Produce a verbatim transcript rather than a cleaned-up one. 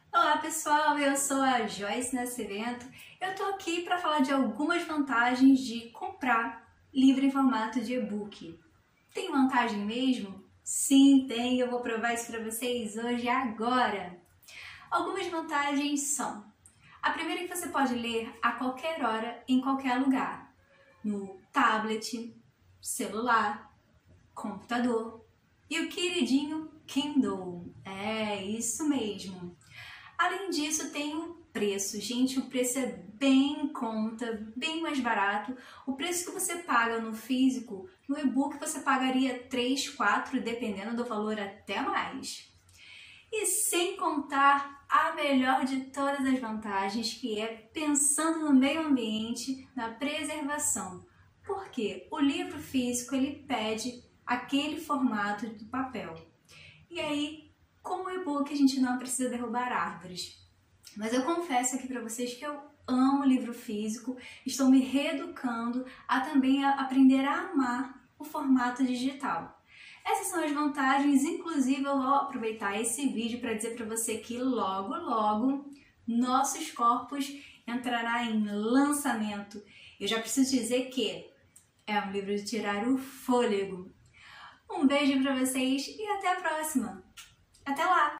Olá pessoal, eu sou a Joyce Nascimento. Eu tô aqui para falar de algumas vantagens de comprar livro em formato de e-book. Tem vantagem mesmo? Sim, tem. Eu vou provar isso para vocês hoje agora. Algumas vantagens são: a primeira é que você pode ler a qualquer hora, em qualquer lugar, no tablet, celular, computador e o queridinho Kindle. É isso mesmo. Além disso, tem o preço. Gente, o preço é bem em conta, bem mais barato. O preço que você paga no físico, no e-book você pagaria três, quatro, dependendo do valor, até mais. E sem contar a melhor de todas as vantagens, que é pensando no meio ambiente, na preservação. Porque o livro físico ele pede aquele formato de papel. E aí, com o e-book, a gente não precisa derrubar árvores. Mas eu confesso aqui para vocês que eu amo livro físico, estou me reeducando a também aprender a amar o formato digital. Essas são as vantagens, inclusive eu vou aproveitar esse vídeo para dizer para você que logo, logo, Nossos Corpos entrará em lançamento. Eu já preciso dizer que é um livro de tirar o fôlego. Um beijo para vocês e até a próxima! Até lá!